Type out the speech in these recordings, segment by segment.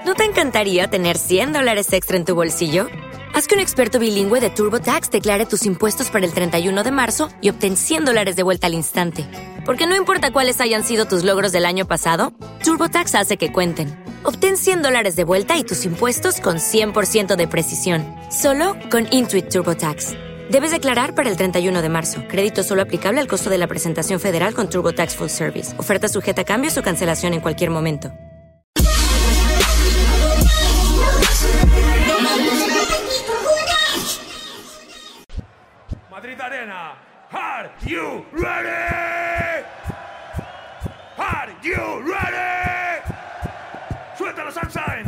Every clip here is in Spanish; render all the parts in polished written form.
¿No te encantaría tener $100 extra en tu bolsillo? Haz que un experto bilingüe de TurboTax declare tus impuestos para el 31 de marzo y obtén $100 de vuelta al instante. Porque no importa cuáles hayan sido tus logros del año pasado, TurboTax hace que cuenten. Obtén $100 de vuelta y tus impuestos con 100% de precisión. Solo con Intuit TurboTax. Debes declarar para el 31 de marzo. Crédito solo aplicable al costo de la presentación federal con TurboTax Full Service. Oferta sujeta a cambios o cancelación en cualquier momento. Madrid Arena, are you ready? Are you ready? Suéltalo, Sunshine.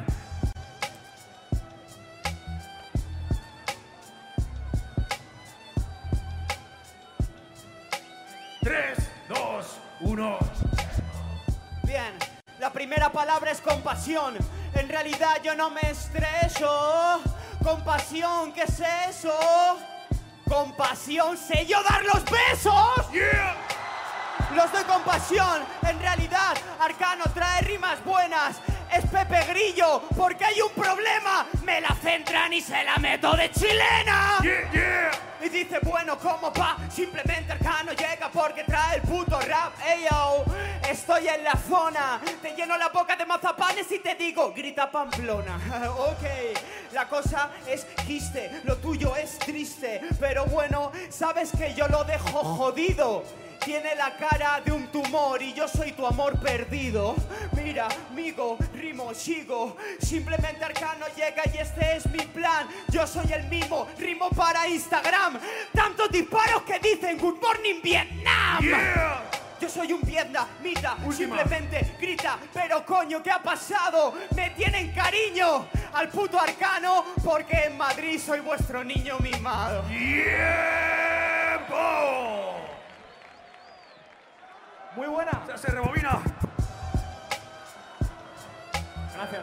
Tres, dos, uno. Bien, la primera palabra es compasión. En realidad yo no me estreso. Compasión, ¿qué es eso? Compasión, sé yo dar los besos. Yeah. Los doy con pasión. En realidad, Arcano trae rimas buenas. Es Pepe Grillo, porque hay un problema. Me la centran y se la meto de chilena. Yeah, yeah. Y dice, bueno, ¿cómo pa? Simplemente Arcano llega porque trae el puto rap. Ey, yo, estoy en la zona. Te lleno la boca de mazapanes y te digo, grita Pamplona. Ok, la cosa es quiste, lo tuyo es triste. Pero bueno, sabes que yo lo dejo jodido. Tiene la cara de un tumor y yo soy tu amor perdido. Mira, amigo, rimo, sigo. Simplemente Arcano llega y este es mi plan. Yo soy el mismo, rimo para Instagram. Tantos disparos que dicen Good Morning Vietnam. Yeah. Yo soy un vietnamita, Última. simplemente grita. Pero coño, ¿qué ha pasado? Me tienen cariño al puto Arcano porque en Madrid soy vuestro niño mimado. ¡Tiempo! Muy buena. Se rebobina. Gracias.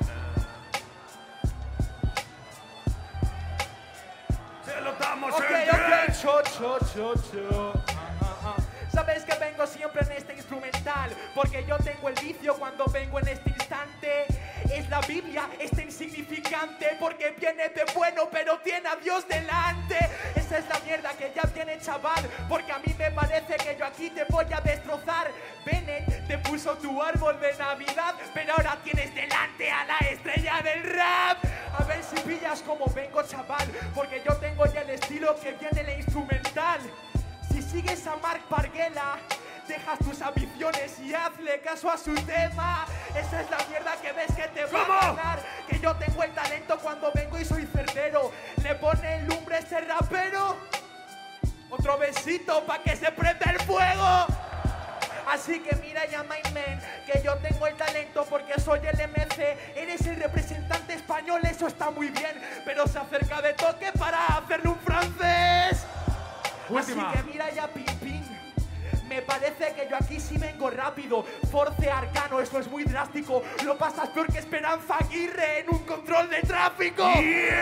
Se lo damos Ok, en tres. cho. Sabes que vengo siempre en este instrumental, porque yo tengo el vicio cuando vengo en este instante. Es la Biblia, este insignificante, porque viene de bueno, pero tiene a Dios delante. Esa es la mierda que ya tiene, chaval, porque a mí me parece que yo aquí te voy a destrozar. Bennett te puso tu árbol de Navidad, pero ahora tienes delante a la estrella del rap. A ver si pillas como vengo, chaval, porque yo tengo ya el estilo que viene la instrumental. Si sigues a Marc Parguela, dejas tus ambiciones y hazle caso a su tema. Esa es la mierda que ves que te va a ganar. Que yo tengo el talento cuando vengo y soy certero. Le pone lumbre a este rapero. Otro besito pa' que se prenda el fuego. Así que mira ya, my man, que yo tengo el talento porque soy el MC. Eres el representante español, eso está muy bien, pero se acerca de toque para hacerle un francés. Última. Así que mira ya, ping ping. Me parece que yo aquí sí vengo rápido. Force Arcano, eso es muy drástico. Lo pasas peor que Esperanza Aguirre en un control de tráfico. ¡Tiempo!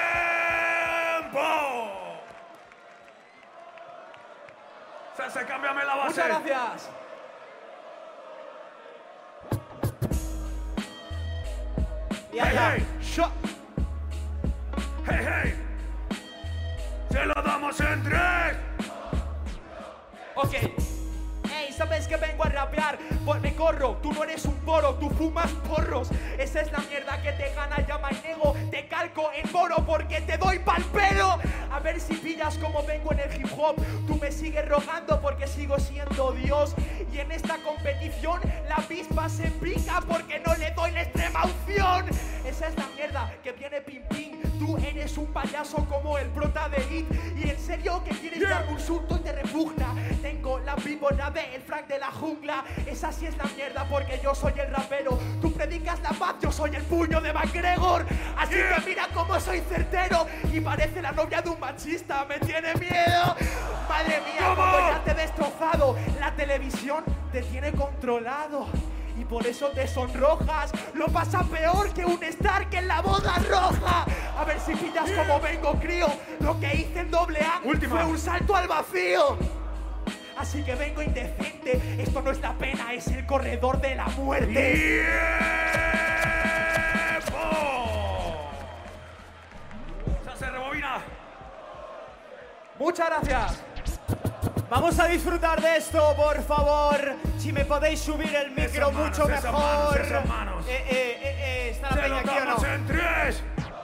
Se cámbiame la base. Muchas gracias. Y allá. Hey, hey, hey. Se lo damos en tres. Ok. Ey, ¿sabes que vengo a rapear? Pues me corro, tú no eres un poro, tú fumas porros. Esa es la mierda que te gana, llama y nego. Te calco en moro porque te doy pa'l pelo. A ver si pillas como vengo en el hip hop. Tú me sigues rogando porque sigo siendo Dios. Y en esta competición la avispa se pica porque no le doy la extrema opción. Esa es la mierda que viene pim pim. Tú eres un payaso como el prota de It. Y en serio que quieres darme un surto y te repugna. Tengo la víbora de el Frank de la jungla. Esa sí es la mierda porque yo soy el rapero. Tú predicas la paz, yo soy el puño de McGregor. Así que mira cómo soy certero. Y parece la novia de un machista, me tiene miedo. Madre mía, como ya te he destrozado. La televisión te tiene controlado. Y por eso te sonrojas. Lo pasa peor que un Stark en la boda roja. A ver si pillas como vengo, crío. Lo que hice en AA fue un salto al vacío. Así que vengo indecente. Esto no es la pena, es el corredor de la muerte. ¡Tiempo! gracias. Vamos a disfrutar de esto, por favor. Si me podéis subir el micro mucho mejor. Esas manos. ¿Está la Se peña lo aquí o damos no? en 3.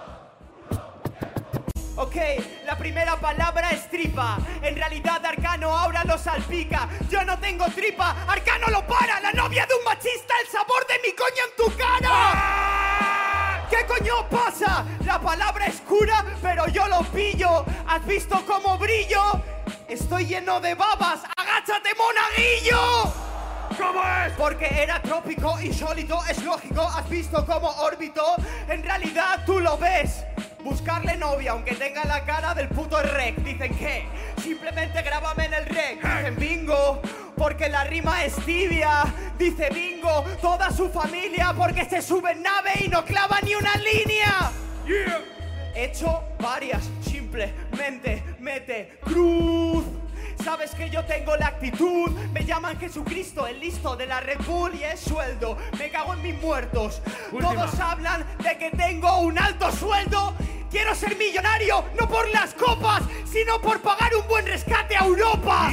Ok, la primera palabra es tripa. En realidad Arcano ahora lo salpica. Yo no tengo tripa, Arcano lo para. La novia de un machista, el sabor de mi coño en tu cara. ¿Qué coño pasa? La palabra es cura, pero yo lo pillo. ¿Has visto cómo brillo? Estoy lleno de babas. ¡Agáchate, monaguillo! ¿Cómo es? Porque era trópico, insólito, es lógico. ¿Has visto cómo órbito? En realidad tú lo ves. Buscarle novia, aunque tenga la cara del puto rec. Dicen que simplemente grábame en el rec. Dicen bingo, porque la rima es tibia. Dice bingo, toda su familia, porque se sube en nave y no clava ni una línea. Yeah. He hecho varias, simplemente mete cruz. Sabes que yo tengo la actitud. Me llaman Jesucristo, el listo de la Red Bull, y es sueldo. Me cago en mis muertos. Última. Todos hablan de que tengo un alto sueldo. Quiero ser millonario, no por las copas, sino por pagar un buen rescate a Europa.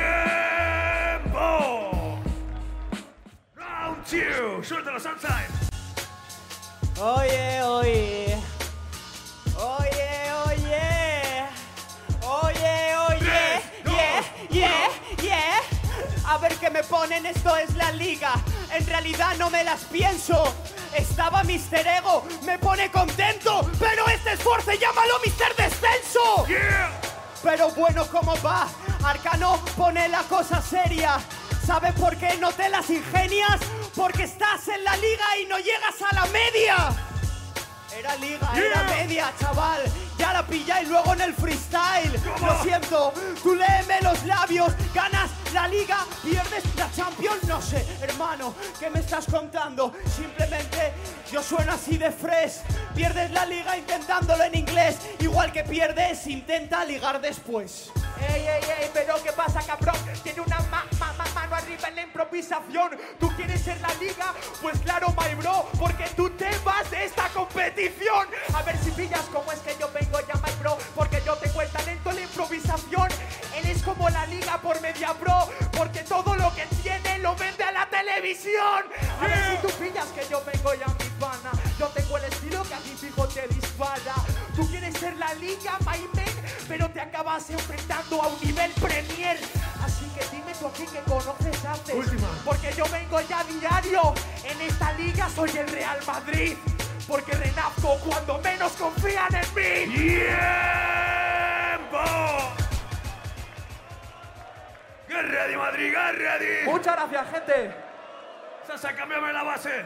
¡Tiempo! Round 2. Suéltalo, Sunshine. Oye, oye. Oye, oye. Oye, oye. Yeah. A ver qué me ponen, esto es la liga. En realidad no me las pienso. Estaba Mr. Ego, me pone contento. Pero este esfuerzo, llámalo Mr. Descenso. Yeah. Pero bueno, ¿cómo va? Arcano pone la cosa seria. ¿Sabes por qué no te las ingenias? Porque estás en la liga y no llegas a la media. Era liga, era media, chaval. Ya la pilla y luego en el freestyle. ¿Cómo? Lo siento, tú léeme los labios. Ganas la liga, pierdes la Champions. No sé, hermano, ¿qué me estás contando? Simplemente yo sueno así de fresh. Pierdes la liga intentándolo en inglés. Igual que pierdes, intenta ligar después. Ey, pero ¿qué pasa, cabrón? Tiene una mano arriba en la improvisación. ¿Tú quieres ser la liga? Pues claro, my bro, porque tú te vas de esta competición. A ver si pillas cómo es que yo vengo ya, my bro, porque yo tengo el talento en la improvisación. Él es como la liga por media, bro, porque todo lo que tiene lo vende a la televisión. A ver si tú pillas que yo vengo ya, mi pana. Yo tengo el estilo que a ti fijo te dispara. Tú quieres ser la liga, my man, pero te acabas enfrentando a un nivel premier. Así que dime tú aquí que conoces antes. Última. Porque yo vengo ya diario. En esta liga soy el Real Madrid. Porque renazco cuando menos confían en mí. ¡Tiempo! ¡Get ready, Madrid! ¡Get ready! Muchas gracias, gente. Sasa, cámbiame la base.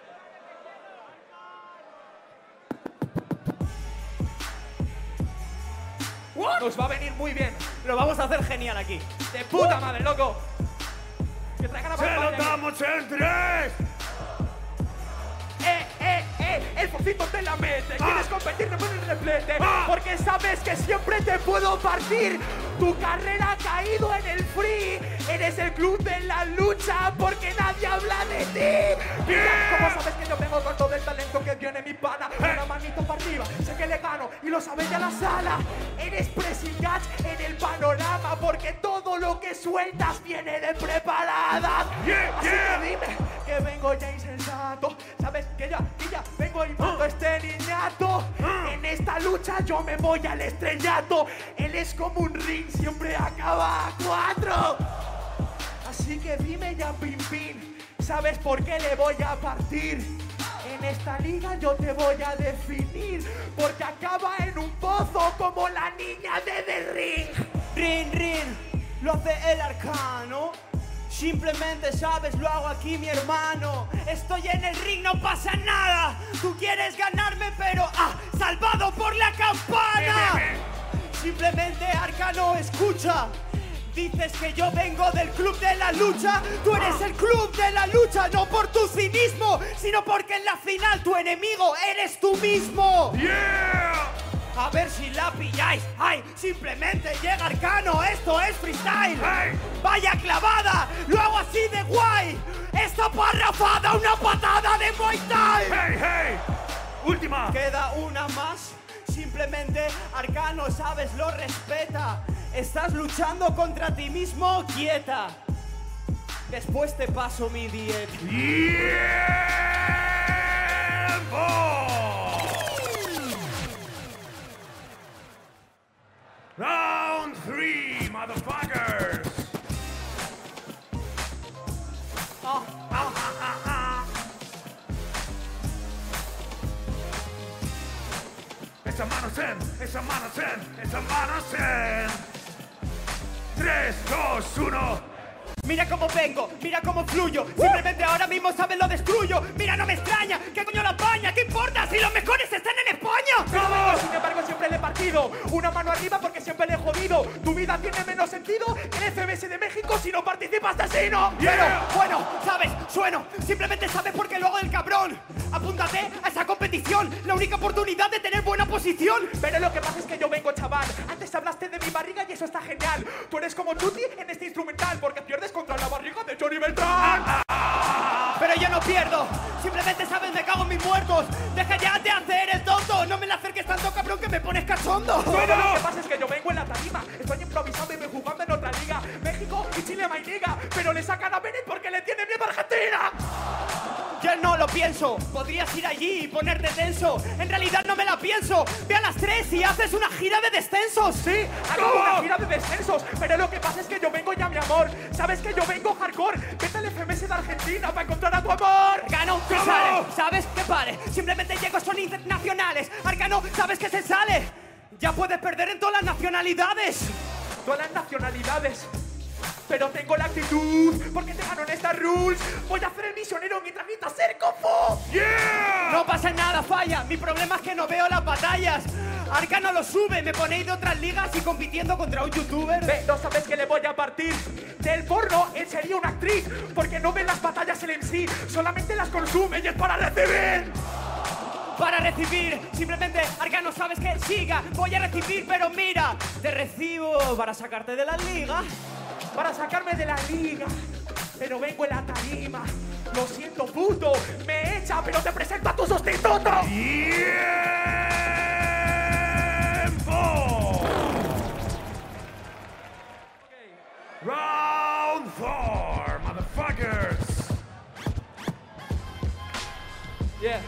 Nos va a venir muy bien. Lo vamos a hacer genial aquí. De puta madre, loco. Que traigan a ¡Se lo España. damos en 3! El focito te la mete. Quieres competir, te pones el replete. Porque sabes que siempre te puedo partir. Tu carrera ha caído en el free. Eres el club de la lucha porque nadie habla de ti. Mira, ¿cómo sabes que yo vengo con todo el talento que tiene mi pana? Una manito para arriba, sé que le gano y lo sabe ya la sala. Eres pressing catch en el panorama porque todo lo que sueltas viene de preparada. Así que dime que vengo ya insensato. Sabes que ya vengo y mato a este niñato. En esta lucha yo me voy al estrellato. Él es como un ring, siempre acaba a 4. Así que dime ya, pin pin, ¿sabes por qué le voy a partir? En esta liga yo te voy a definir, porque acaba en un pozo como la niña de The Ring. Rin, lo hace el Arcano. Simplemente, sabes, lo hago aquí, mi hermano. Estoy en el ring, no pasa nada. Tú quieres ganarme, pero salvado por la campana. Simplemente, Arcano, escucha. Dices que yo vengo del club de la lucha. Tú eres el club de la lucha, no por tu cinismo, sino porque en la final tu enemigo eres tú mismo. ¡Yeah! A ver si la pilláis. ¡Ay! Simplemente llega Arcano, esto es freestyle. ¡Hey! ¡Vaya clavada! ¡Lo hago así de guay! ¡Esta parrafada, una patada de Muay Thai! ¡Hey! Última. Queda una más. Simplemente Arcano, sabes, lo respeta. Estás luchando contra ti mismo, quieta. Después te paso mi dieta. ¡Tiempo! Round 3, motherfuckers. Esa mano zen, esa mano zen, esa mano zen. 3, 2, 1. Mira cómo vengo, mira cómo fluyo. Simplemente ahora mismo, ¿sabes? Lo destruyo. Mira, no me extraña, ¿qué coño la paña? ¿Qué importa si los mejores están en España? Pero sin embargo siempre le he partido una mano arriba porque siempre le he jodido. Tu vida tiene menos sentido que el FMS de México si no participas, asesino. Pero, bueno, ¿sabes? Sueno. Simplemente sabes por qué lo hago del cabrón. Apúntate a esa competición. La única oportunidad de tener buena posición. Pero lo que pasa es que yo vengo, chaval. Antes hablaste de mi barriga y eso está genial. Tú eres como Tutti en este instrumental porque pierdes contra la barriga de Johnny Beltrán. Pero yo no pierdo. Simplemente, ¿sabes? Me cago en mis muertos. Deja ya de hacer el tonto. No me la acerques tanto, cabrón, que me pones cachondo. Pero lo que pasa es que yo vengo en la tarima. Estoy improvisando y me jugando en otra liga. México y Chile my liga. Pero le sacan a Bennett porque le tiene miedo a Argentina. Yo no lo pienso. Podrías ir allí y ponerte tenso. En realidad no me la pienso. Ve a las 3 y haces una gira de descensos. Sí, hago una gira de descensos. Pero lo que pasa es que yo vengo ya, mi amor. Sabes que yo vengo hardcore. Vete al FMS de Argentina para encontrar a tu amor. Arcano, ¿qué sale? ¿Sabes qué vale? Simplemente llego, son internacionales. Arcano, ¿sabes qué se sale? Ya puedes perder en todas las nacionalidades. Todas las nacionalidades. Pero tengo la actitud, porque te gano en estas rules. Voy a hacer el misionero mientras grita ser Kung-Fu. ¡Yeah! No pasa nada, falla. Mi problema es que no veo las batallas. Arcano lo sube, me ponéis de otras ligas y compitiendo contra un youtuber. Ve, no sabes que le voy a partir. Del porno, él sería una actriz. Porque no ve las batallas el MC, solamente las consume y es para recibir. Para recibir, simplemente, Arcano, sabes que siga. Voy a recibir, pero mira, te recibo para sacarte de la liga. Para sacarme de la liga, pero vengo en la tarima. Lo siento, puto, me echa, pero te presento a tu sustituto. ¡Tiempo! Round 4, motherfuckers. Yeah.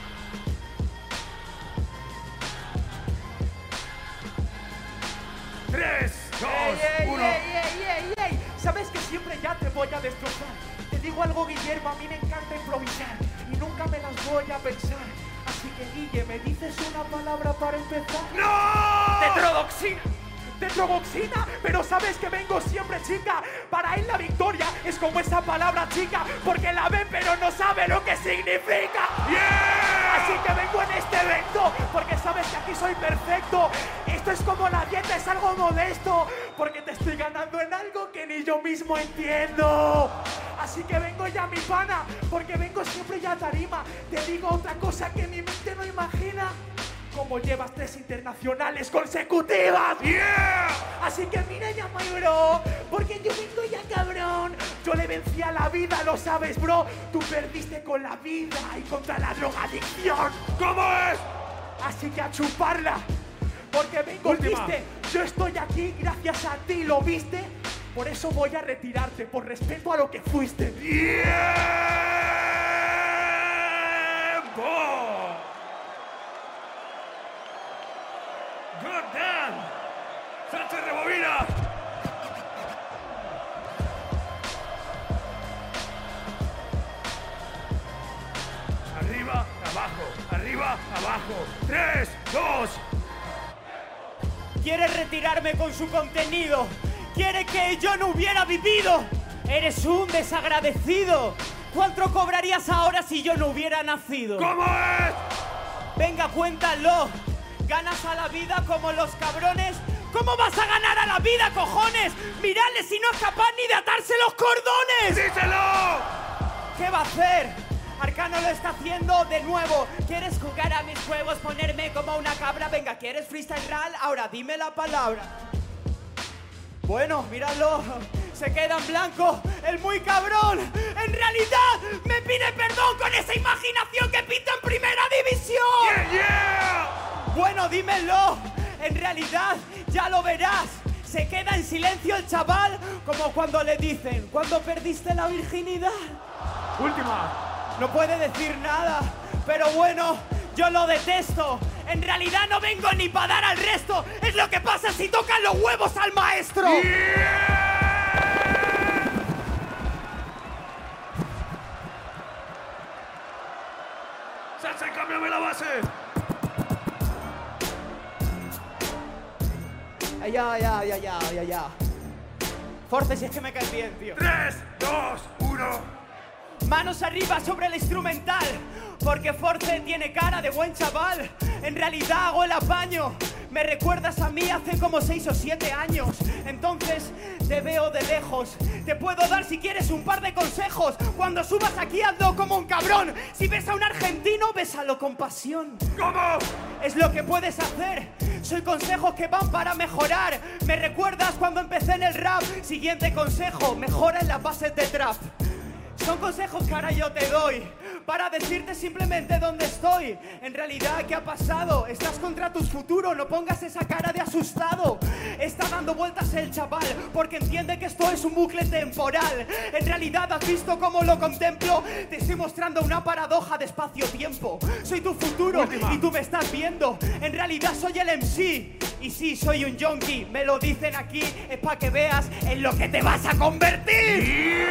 Tres, dos, uno. Sabes que siempre ya te voy a destrozar. Te digo algo, Guillermo, a mí me encanta improvisar y nunca me las voy a pensar. Así que, Guille, ¿me dices una palabra para empezar? ¡No! ¡Tetrodoxina! ¡Tetrodoxina! Pero sabes que vengo siempre, chica. Para él la victoria es como esa palabra, chica, porque la ve pero no sabe lo que significa. ¡Yeah! Así que vengo en este evento porque sabes que aquí soy perfecto. Esto es como la dieta, es algo modesto, porque te estoy ganando en algo que ni yo mismo entiendo. Así que vengo ya, mi pana, porque vengo siempre ya a tarima. Te digo otra cosa que mi mente no imagina. Como llevas 3 internacionales consecutivas. ¡Yeah! Así que mira ya, my bro, porque yo vengo ya, cabrón. Yo le vencí a la vida, lo sabes, bro. Tú perdiste con la vida y contra la drogadicción. ¿Cómo es? Así que a chuparla, porque vengo, Última. viste. Yo estoy aquí gracias a ti, ¿lo viste? Por eso voy a retirarte, por respeto a lo que fuiste. ¡Tiempo! ¡God damn! ¡Sánchez rebobina! Arriba, abajo, arriba, abajo. 3, 2. Quiere retirarme con su contenido. Quiere que yo no hubiera vivido. Eres un desagradecido. ¿Cuánto cobrarías ahora si yo no hubiera nacido? ¿Cómo es? Venga, cuéntalo. ¿Ganas a la vida como los cabrones? ¿Cómo vas a ganar a la vida, cojones? Miradle si no es capaz ni de atarse los cordones. ¡Díselo! ¿Qué va a hacer? Arcano lo está haciendo de nuevo. ¿Quieres jugar a mis juegos, ponerme como una cabra? Venga, ¿quieres freestyle rap? Ahora dime la palabra. Bueno, míralo. Se queda en blanco, el muy cabrón. En realidad, me pide perdón con esa imaginación que pinta en primera división. ¡Yeah, yeah! Bueno, dímelo. En realidad, ya lo verás. Se queda en silencio el chaval, como cuando le dicen, ¿cuándo perdiste la virginidad? Última. No puede decir nada, pero bueno, yo lo detesto. En realidad no vengo ni para dar al resto. Es lo que pasa si tocan los huevos al maestro. ¡Sensei, cámbiame la base! Ya. Force, si es que me caes bien, tío. 3, 2, 1. Manos arriba sobre el instrumental, porque Force tiene cara de buen chaval. En realidad hago el apaño. Me recuerdas a mí hace como 6 o 7 años. Entonces te veo de lejos. Te puedo dar si quieres un par de consejos. Cuando subas aquí hazlo como un cabrón. Si ves a un argentino, bésalo con pasión. ¿Cómo? Es lo que puedes hacer. Soy consejos que van para mejorar. Me recuerdas cuando empecé en el rap. Siguiente consejo, mejora en las bases de trap. Son consejos que ahora yo te doy para decirte simplemente dónde estoy. En realidad, ¿qué ha pasado? Estás contra tu futuro, no pongas esa cara de asustado. Está dando vueltas el chaval porque entiende que esto es un bucle temporal. En realidad, ¿has visto cómo lo contemplo? Te estoy mostrando una paradoja de espacio-tiempo. Soy tu futuro y tú me estás viendo. En realidad soy el MC. Y sí, soy un yonki, me lo dicen aquí. Es para que veas en lo que te vas a convertir.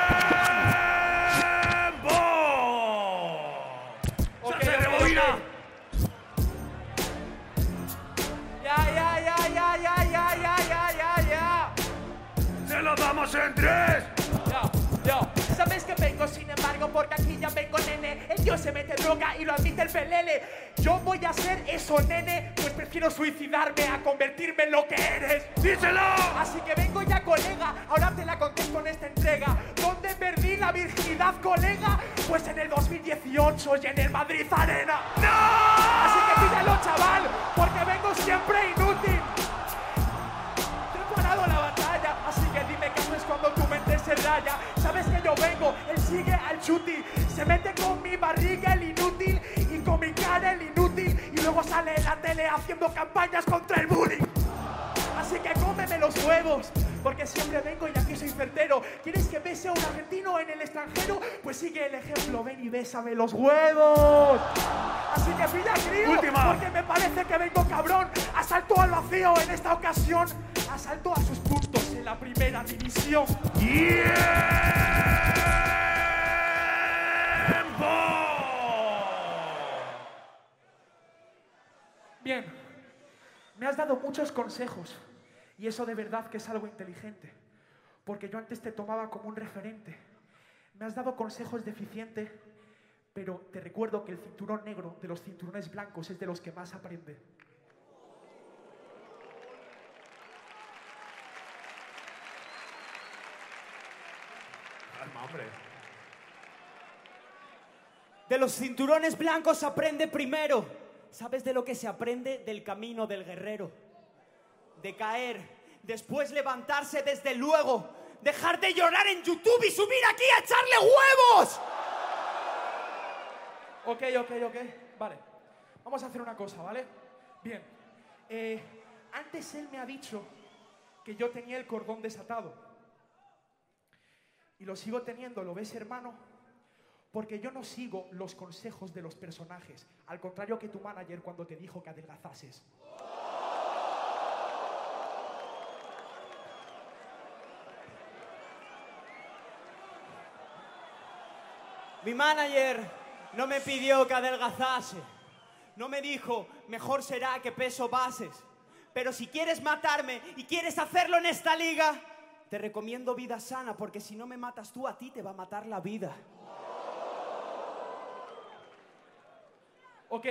Ya. ¡Se lo damos en 3! Yo. Sabes que vengo, sin embargo, porque aquí ya vengo, nene. El tío se mete droga y lo admite el pelele. Yo voy a hacer eso, nene. Pues prefiero suicidarme a convertirme en lo que eres. ¡Díselo! Así que vengo ya, colega. Ahora te la contesto en esta entrega. ¿Dónde perdí la virginidad, colega? Pues en el 2018 y en el Madrid Arena. ¡No! Así que pídelo, chaval, porque vengo siempre inútil. Te he parado la batalla, así que dime qué haces cuando tu mente se raya. Sabes que yo vengo, él sigue al chuti. Se mete con mi barriga el inútil y con mi cara el inútil. Y luego sale en la tele haciendo campañas contra el bullying. Así que cómeme los huevos, porque siempre vengo y aquí soy certero. ¿Quieres que bese a un argentino en el extranjero? Pues sigue el ejemplo, ven y bésame los huevos. Así que pilla crío, Última. porque me parece que vengo cabrón. Asalto al vacío en esta ocasión. Asalto a sus puntos en la primera división. ¡Tiempo! Bien, me has dado muchos consejos. Y eso de verdad que es algo inteligente, porque yo antes te tomaba como un referente. Me has dado consejos deficientes, pero te recuerdo que el cinturón negro de los cinturones blancos es de los que más aprende. Calma, hombre. De los cinturones blancos aprende primero. ¿Sabes de lo que se aprende? Del camino del guerrero. De caer, después levantarse desde luego, dejar de llorar en YouTube y subir aquí a echarle huevos. Ok, vale. Vamos a hacer una cosa, ¿vale? Bien. Antes él me ha dicho que yo tenía el cordón desatado. Y lo sigo teniendo, ¿lo ves, hermano? Porque yo no sigo los consejos de los personajes, al contrario que tu manager cuando te dijo que adelgazases. Mi manager no me pidió que adelgazase. No me dijo, mejor será que peso bases. Pero si quieres matarme y quieres hacerlo en esta liga, te recomiendo vida sana, porque si no me matas tú, a ti te va a matar la vida. Ok.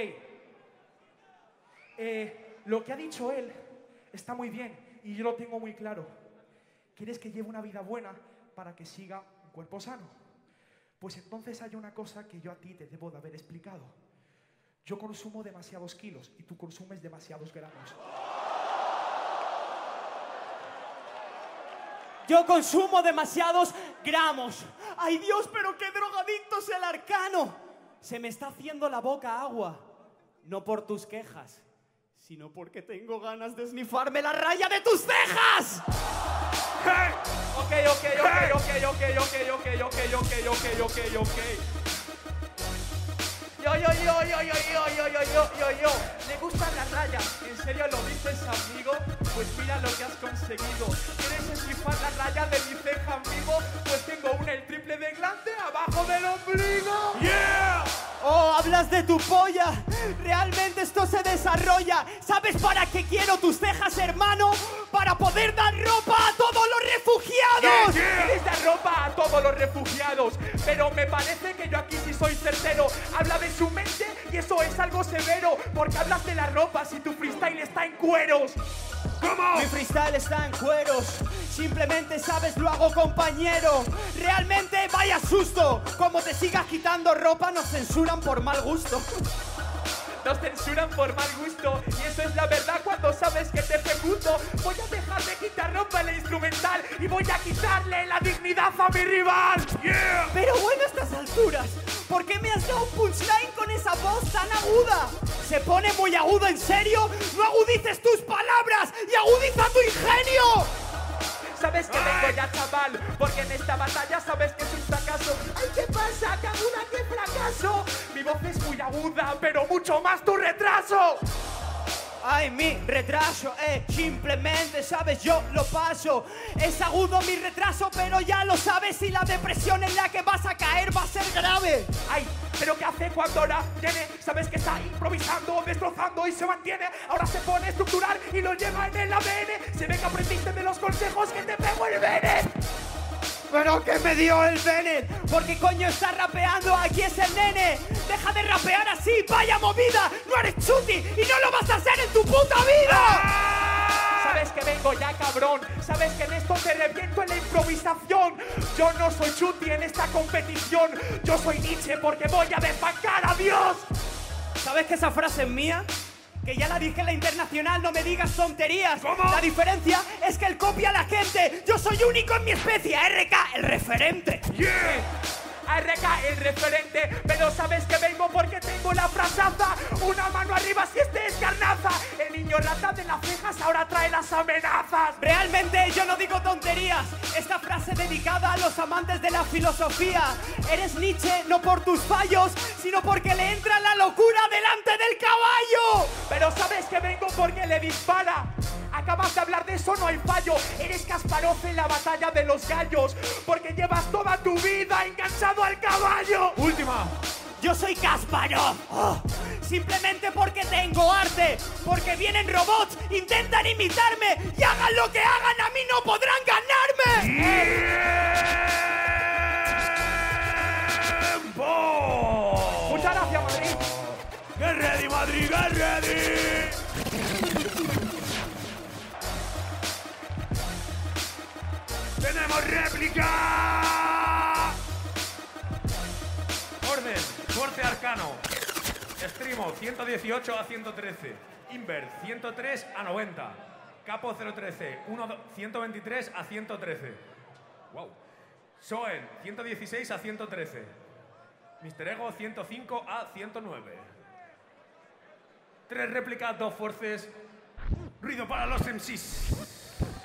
Lo que ha dicho él está muy bien y yo lo tengo muy claro. ¿Quieres que lleve una vida buena para que siga un cuerpo sano? Pues entonces hay una cosa que yo a ti te debo de haber explicado. Yo consumo demasiados kilos y tú consumes demasiados gramos. Yo consumo demasiados gramos. ¡Ay, Dios, pero qué drogadicto es el arcano! Se me está haciendo la boca agua. No por tus quejas, sino porque tengo ganas de esnifarme la raya de tus cejas. Hey. Ok. Yo. ¿Le gustan las rayas? ¿En serio lo dices, amigo? Pues mira lo que has conseguido. ¿Quieres esnifar la raya de mi ceja, amigo? Pues tengo el triple de glande abajo del ombligo. Yeah. Oh, hablas de tu polla. Realmente esto se desarrolla. ¿Sabes para qué quiero tus cejas, hermano? Para poder dar ropa a todos los refugiados. ¿Quieres dar ropa a todos los refugiados? Pero me parece que yo aquí sí soy certero. Habla de su mente y eso es algo severo. Porque hablas de la ropa si tu freestyle está en cueros. ¿Cómo? Mi freestyle está en cueros. Simplemente sabes, lo hago, compañero. Realmente vaya susto. Como te sigas quitando ropa, nos censuran por mal gusto. Nos censuran por mal gusto. Y eso es la verdad cuando sabes que te fecundo. Voy a dejar de quitar ropa en la instrumental y voy a quitarle la dignidad a mi rival. Yeah. Pero bueno, a estas alturas, ¿por qué me has dado un punchline con esa voz tan aguda? Se pone muy agudo, ¿en serio? No agudices tus palabras y agudiza tu ingenio. Sabes que vengo ya, chaval, porque en esta batalla sabes que es un fracaso. ¡Ay, qué pasa! ¡Qué aguda, qué fracaso! Mi voz es muy aguda, pero mucho más tu retraso. Ay, mi retraso, simplemente, sabes, yo lo paso. Es agudo mi retraso, pero ya lo sabes. Y la depresión en la que vas a caer va a ser grave. Ay, pero ¿qué hace cuando la tiene? Sabes que está improvisando, destrozando y se mantiene. Ahora se pone a estructurar y lo lleva en el ADN. Se ve que aprendiste de los consejos que te pegó el Bennett. ¿Pero qué me dio el Bennett? ¿Por qué coño está rapeando? Aquí es el nene. Deja de rapear así, vaya movida. No eres Chuti y no lo vas a hacer en tu puta vida. Sabes que vengo ya, cabrón. Sabes que en esto te reviento en la improvisación. Yo no soy Chuti en esta competición. Yo soy Nietzsche porque voy a desbancar a Dios. ¿Sabes que esa frase es mía? Que ya la dije en la internacional, no me digas tonterías. ¿Cómo? La diferencia es que él copia a la gente. Yo soy único en mi especie, RK, el referente. Yeah. RK, el referente. Pero sabes que vengo porque tengo la frasaza. Una mano arriba si este es carnaza. El niño rata de las cejas ahora trae las amenazas. Realmente yo no digo tonterías. Esta frase dedicada a los amantes de la filosofía. Eres Nietzsche no por tus fallos, sino porque le entra la locura delante del caballo. Pero sabes que vengo porque le dispara. Acabas de hablar de eso, no hay fallo. Eres Kasparov en la batalla de los gallos, porque llevas toda tu vida enganchado al caballo. Última. Yo soy Kasparov. Simplemente porque tengo arte. Porque vienen robots, intentan imitarme y hagan lo que hagan, a mí no podrán ganarme. ¡Tiempo! Muchas gracias, Madrid. ¡Get ready, Madrid! ¡Get ready! ¡Tenemos réplica! Orden, corte arcano. Extremo, 118 a 113. Invert, 103 a 90. Capo 013, 123 a 113. Wow. Soen, 116 a 113. Mr. Ego, 105 a 109. 3 réplicas, 2 fuerces. Ruido para los MCs.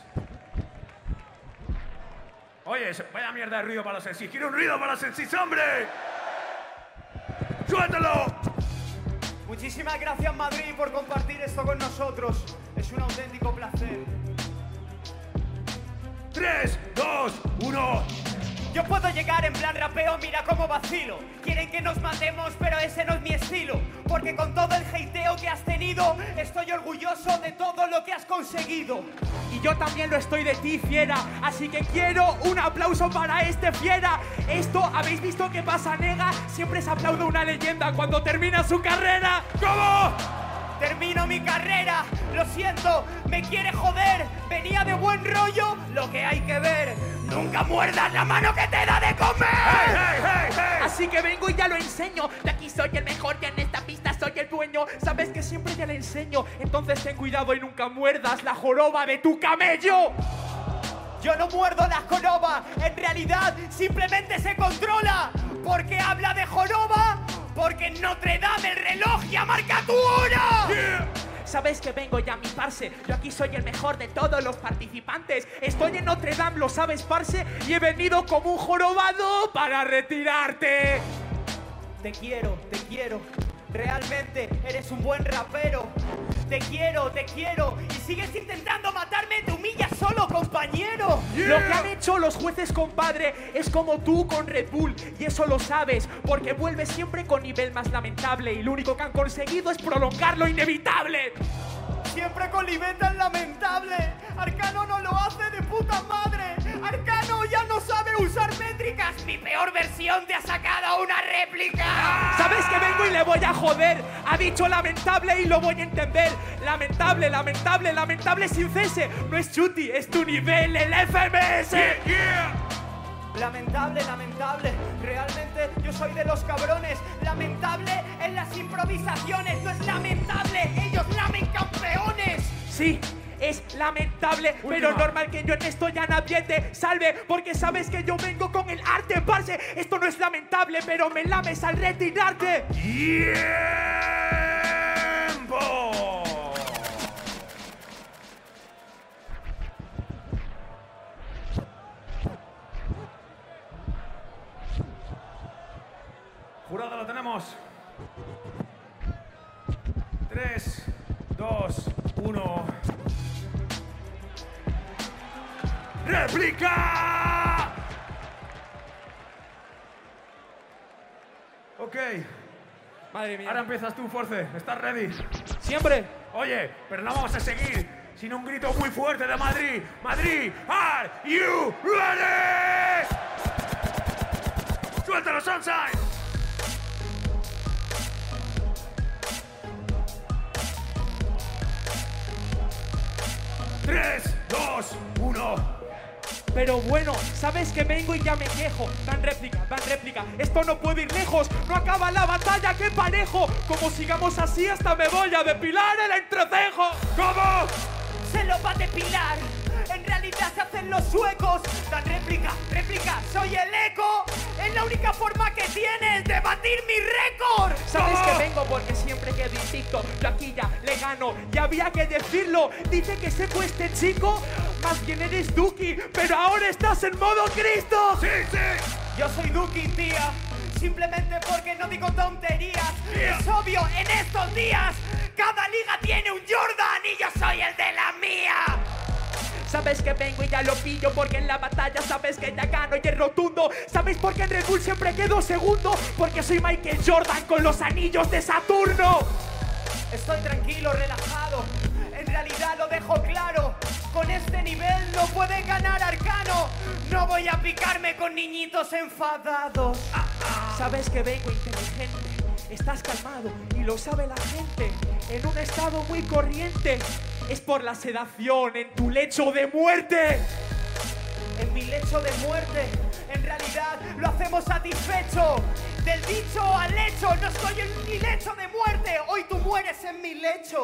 Oye, vaya mierda de ruido para los MCs. ¡Quiero un ruido para los MCs, hombre! ¡Suéltalo! Muchísimas gracias, Madrid, por compartir esto con nosotros. Es un auténtico placer. 3, 2, 1. Yo puedo llegar en plan rapeo, mira cómo vacilo. Quieren que nos matemos, pero ese no es mi estilo. Porque con todo el hateo que has tenido, estoy orgulloso de todo lo que has conseguido. Y yo también lo estoy de ti, fiera. Así que quiero un aplauso para este fiera. Esto, ¿habéis visto qué pasa, nega? Siempre se aplaude una leyenda cuando termina su carrera. ¿Cómo? Termino mi carrera, lo siento, me quiere joder. Venía de buen rollo, lo que hay que ver. Nunca muerdas la mano que te da de comer. ¡Hey, hey, hey, hey! Así que vengo y ya lo enseño. De aquí soy el mejor y en esta pista soy el dueño. Sabes que siempre ya le enseño. Entonces ten cuidado y nunca muerdas la joroba de tu camello. Yo no muerdo la joroba, en realidad simplemente se controla. ¿Por qué habla de joroba? Porque en Notre Dame el reloj ya marca tu hora. Yeah. Sabes que vengo ya, mi parce. Yo aquí soy el mejor de todos los participantes. Estoy en Notre Dame, lo sabes, parce. Y he venido como un jorobado para retirarte. Te quiero, realmente eres un buen rapero. Te quiero, y sigues intentando matarme, te humillas solo, compañero. Lo que han hecho los jueces, compadre, es como tú con Red Bull. Y eso lo sabes, porque vuelves siempre con nivel más lamentable. Y lo único que han conseguido es prolongar lo inevitable. Siempre con nivel tan lamentable. Arcano no lo hace de puta madre. Arcano ya no sabe usar métricas. Mi peor versión te ha sacado una réplica. ¿Sabes que vengo y le voy a joder? Ha dicho lamentable y lo voy a entender. Lamentable, lamentable, lamentable sin cese. No es chuti, es tu nivel, el FMS. Lamentable, realmente yo soy de los cabrones. Lamentable en las improvisaciones. No es lamentable, ellos lamen campeones. Sí, es lamentable, pero normal que yo en esto ya nadie te salve. Porque sabes que yo vengo con el arte, parce. Esto no es lamentable, pero me lames al retirarte. ¡Tiempo! Jurado, lo tenemos. 3, 2, 1. ¡Réplica! Ok. Madre mía. Ahora empiezas tú, Force. ¿Estás ready? Siempre. Oye, pero no vamos a seguir sin un grito muy fuerte de Madrid. Madrid, ¿are you ready? ¡Suéltalo, Sunshine! 3, 2, 1. Pero bueno, sabes que vengo y ya me quejo. Van réplica, esto no puede ir lejos. No acaba la batalla, qué parejo. Como sigamos así hasta me voy a depilar el entrecejo. ¿Cómo? Se lo va a depilar. En realidad se hacen los suecos. Dan réplica, soy el eco. Es la única forma que tienes de batir mi récord. Sabes que vengo porque siempre quedo invicto. Yo aquí ya le gano y había que decirlo. Dice que seco este chico. Más bien eres Duki, pero ahora estás en modo Cristo. ¡Sí, sí! Yo soy Duki, tía. Simplemente porque no digo tonterías. Es obvio, en estos días cada liga tiene un Jordan y yo soy el de la mía. Sabes que vengo y ya lo pillo porque en la batalla sabes que ya gano y es rotundo. ¿Sabes por qué en Red Bull siempre quedo segundo? Porque soy Michael Jordan con los anillos de Saturno. Estoy tranquilo, relajado. En realidad lo dejo claro. Con este nivel no puede ganar Arcano. No voy a picarme con niñitos enfadados. Sabes que vengo inteligente. Estás calmado y lo sabe la gente. En un estado muy corriente. Es por la sedación en tu lecho de muerte. En mi lecho de muerte, en realidad lo hacemos satisfecho. Del dicho al hecho, no estoy en mi lecho de muerte. Hoy tú mueres en mi lecho.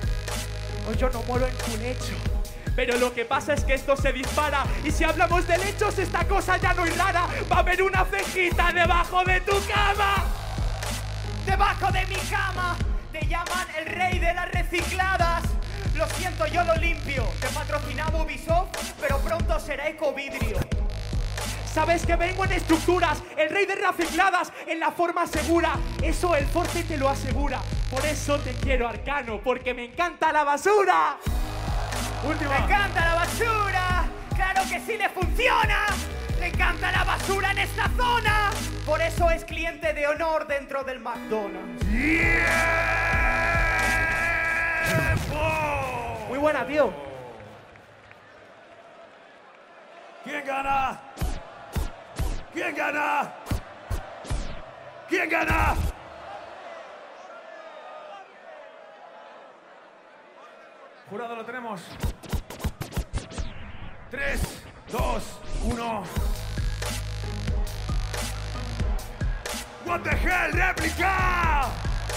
Hoy yo no muero en tu lecho. Pero lo que pasa es que esto se dispara. Y si hablamos de lechos, esta cosa ya no es rara. Va a haber una cejita debajo de tu cama. Debajo de mi cama. Te llaman el rey de las recicladas. Lo siento, yo lo limpio. Te patrocinaba Ubisoft, pero pronto será Ecovidrio. Sabes que vengo en estructuras, el rey de recicladas, en la forma segura. Eso el Force te lo asegura. Por eso te quiero, Arcano, porque me encanta la basura. Última. ¡Me encanta la basura! ¡Claro que sí le funciona! ¡Le encanta la basura en esta zona! Por eso es cliente de honor dentro del McDonald's. Muy buena, tío. ¿Quién gana? ¿Quién gana? ¿Quién gana? Jurado, lo tenemos. 3, 2, 1. What the hell, réplica.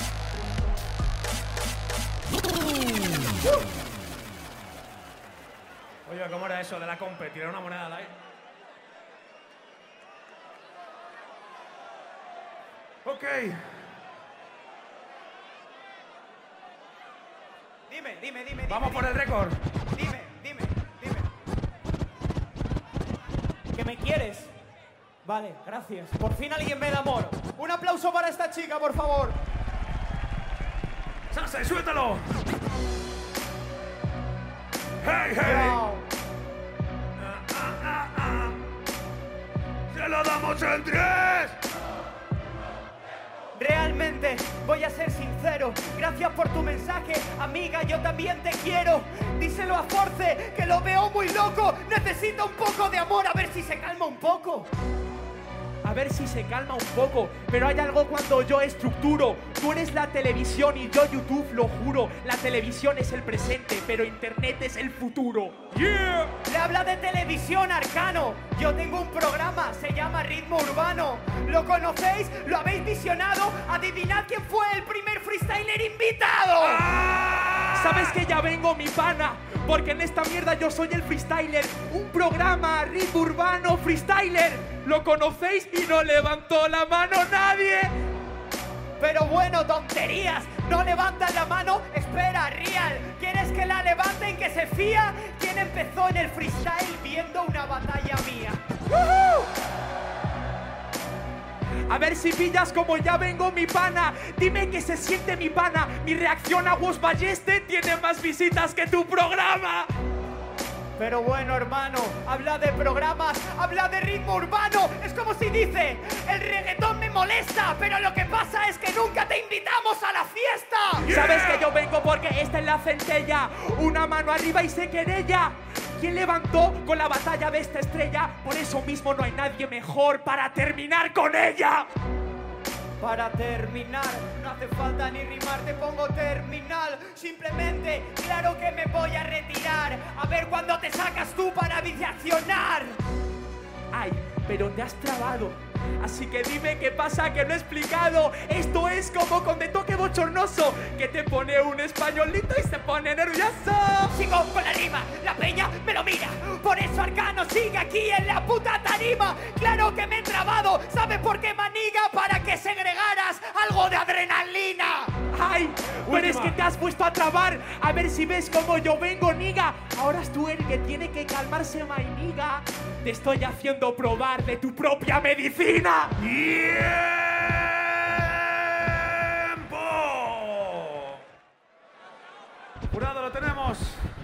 Oye, ¿cómo era eso de la compe? Tirar una moneda al aire. Ok. Dime. Vamos por el récord. Dime. ¿Que me quieres? Vale, gracias. Por fin alguien me da amor. Un aplauso para esta chica, por favor. ¡Sase, suéltalo! ¡Hey! Wow. ¡Se lo damos en 3! Realmente, voy a ser sincero. Gracias por tu mensaje, amiga, yo también te quiero. Díselo a Force, que lo veo muy loco. Necesita un poco de amor, a ver si se calma un poco. A ver si se calma un poco, pero hay algo cuando yo estructuro. Tú eres la televisión y yo YouTube, lo juro. La televisión es el presente, pero internet es el futuro. ¡Yeah! Le habla de televisión, Arcano. Yo tengo un programa, se llama Ritmo Urbano. ¿Lo conocéis? ¿Lo habéis visionado? Adivinad quién fue el primer freestyler invitado. ¿Sabes que ya vengo, mi pana? Porque en esta mierda yo soy el freestyler. Un programa, Ritmo Urbano, freestyler. ¿Lo conocéis? Y no levantó la mano nadie. Pero bueno, tonterías. No levantan la mano, espera, Real. ¿Quieres que la levanten, que se fía? ¿Quién empezó en el freestyle viendo una batalla mía? ¡Woohoo! A ver si pillas como ya vengo, mi pana. Dime que se siente, mi pana. Mi reacción a Was Balleste tiene más visitas que tu programa. Pero bueno, hermano, habla de programas, habla de ritmo urbano. Es como si dice, el reggaetón me molesta, pero lo que pasa es que nunca te invitamos a la fiesta. Yeah. Sabes que yo vengo porque esta es la centella. Una mano arriba y se querella. ¿Quién levantó con la batalla de esta estrella? Por eso mismo no hay nadie mejor para terminar con ella. Para terminar, no hace falta ni rimar, te pongo terminal. Simplemente, claro que me voy a retirar. A ver cuándo te sacas tú para viceaccionar. Ay, pero te has trabado. Así que dime qué pasa, que no he explicado. Esto es como con de toque bochornoso, que te pone un españolito y se pone nervioso. Sigo con la rima, la peña me lo mira. Por eso Arcano sigue aquí en la puta tarima. Claro que me he trabado, ¿sabes por qué, maniga? Para que segregaras algo de adrenalina. Ay, pero es que te has puesto a trabar. A ver si ves cómo yo vengo, niga. Ahora es tú el que tiene que calmarse, my niga. Te estoy haciendo probar de tu propia medicina. ¡Tiempo! Jurado, lo tenemos.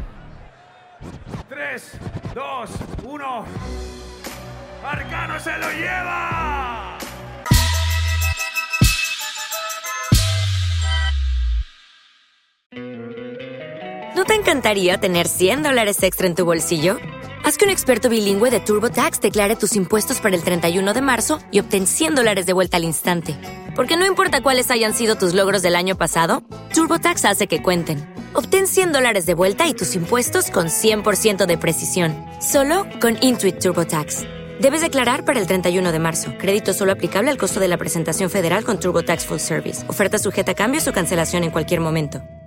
3, 2, 1. ¡Arcano se lo lleva! ¿No te encantaría tener $100 extra en tu bolsillo? Haz que un experto bilingüe de TurboTax declare tus impuestos para el 31 de marzo y obtén $100 de vuelta al instante. Porque no importa cuáles hayan sido tus logros del año pasado, TurboTax hace que cuenten. Obtén $100 de vuelta y tus impuestos con 100% de precisión. Solo con Intuit TurboTax. Debes declarar para el 31 de marzo. Crédito solo aplicable al costo de la presentación federal con TurboTax Full Service. Oferta sujeta a cambios o cancelación en cualquier momento.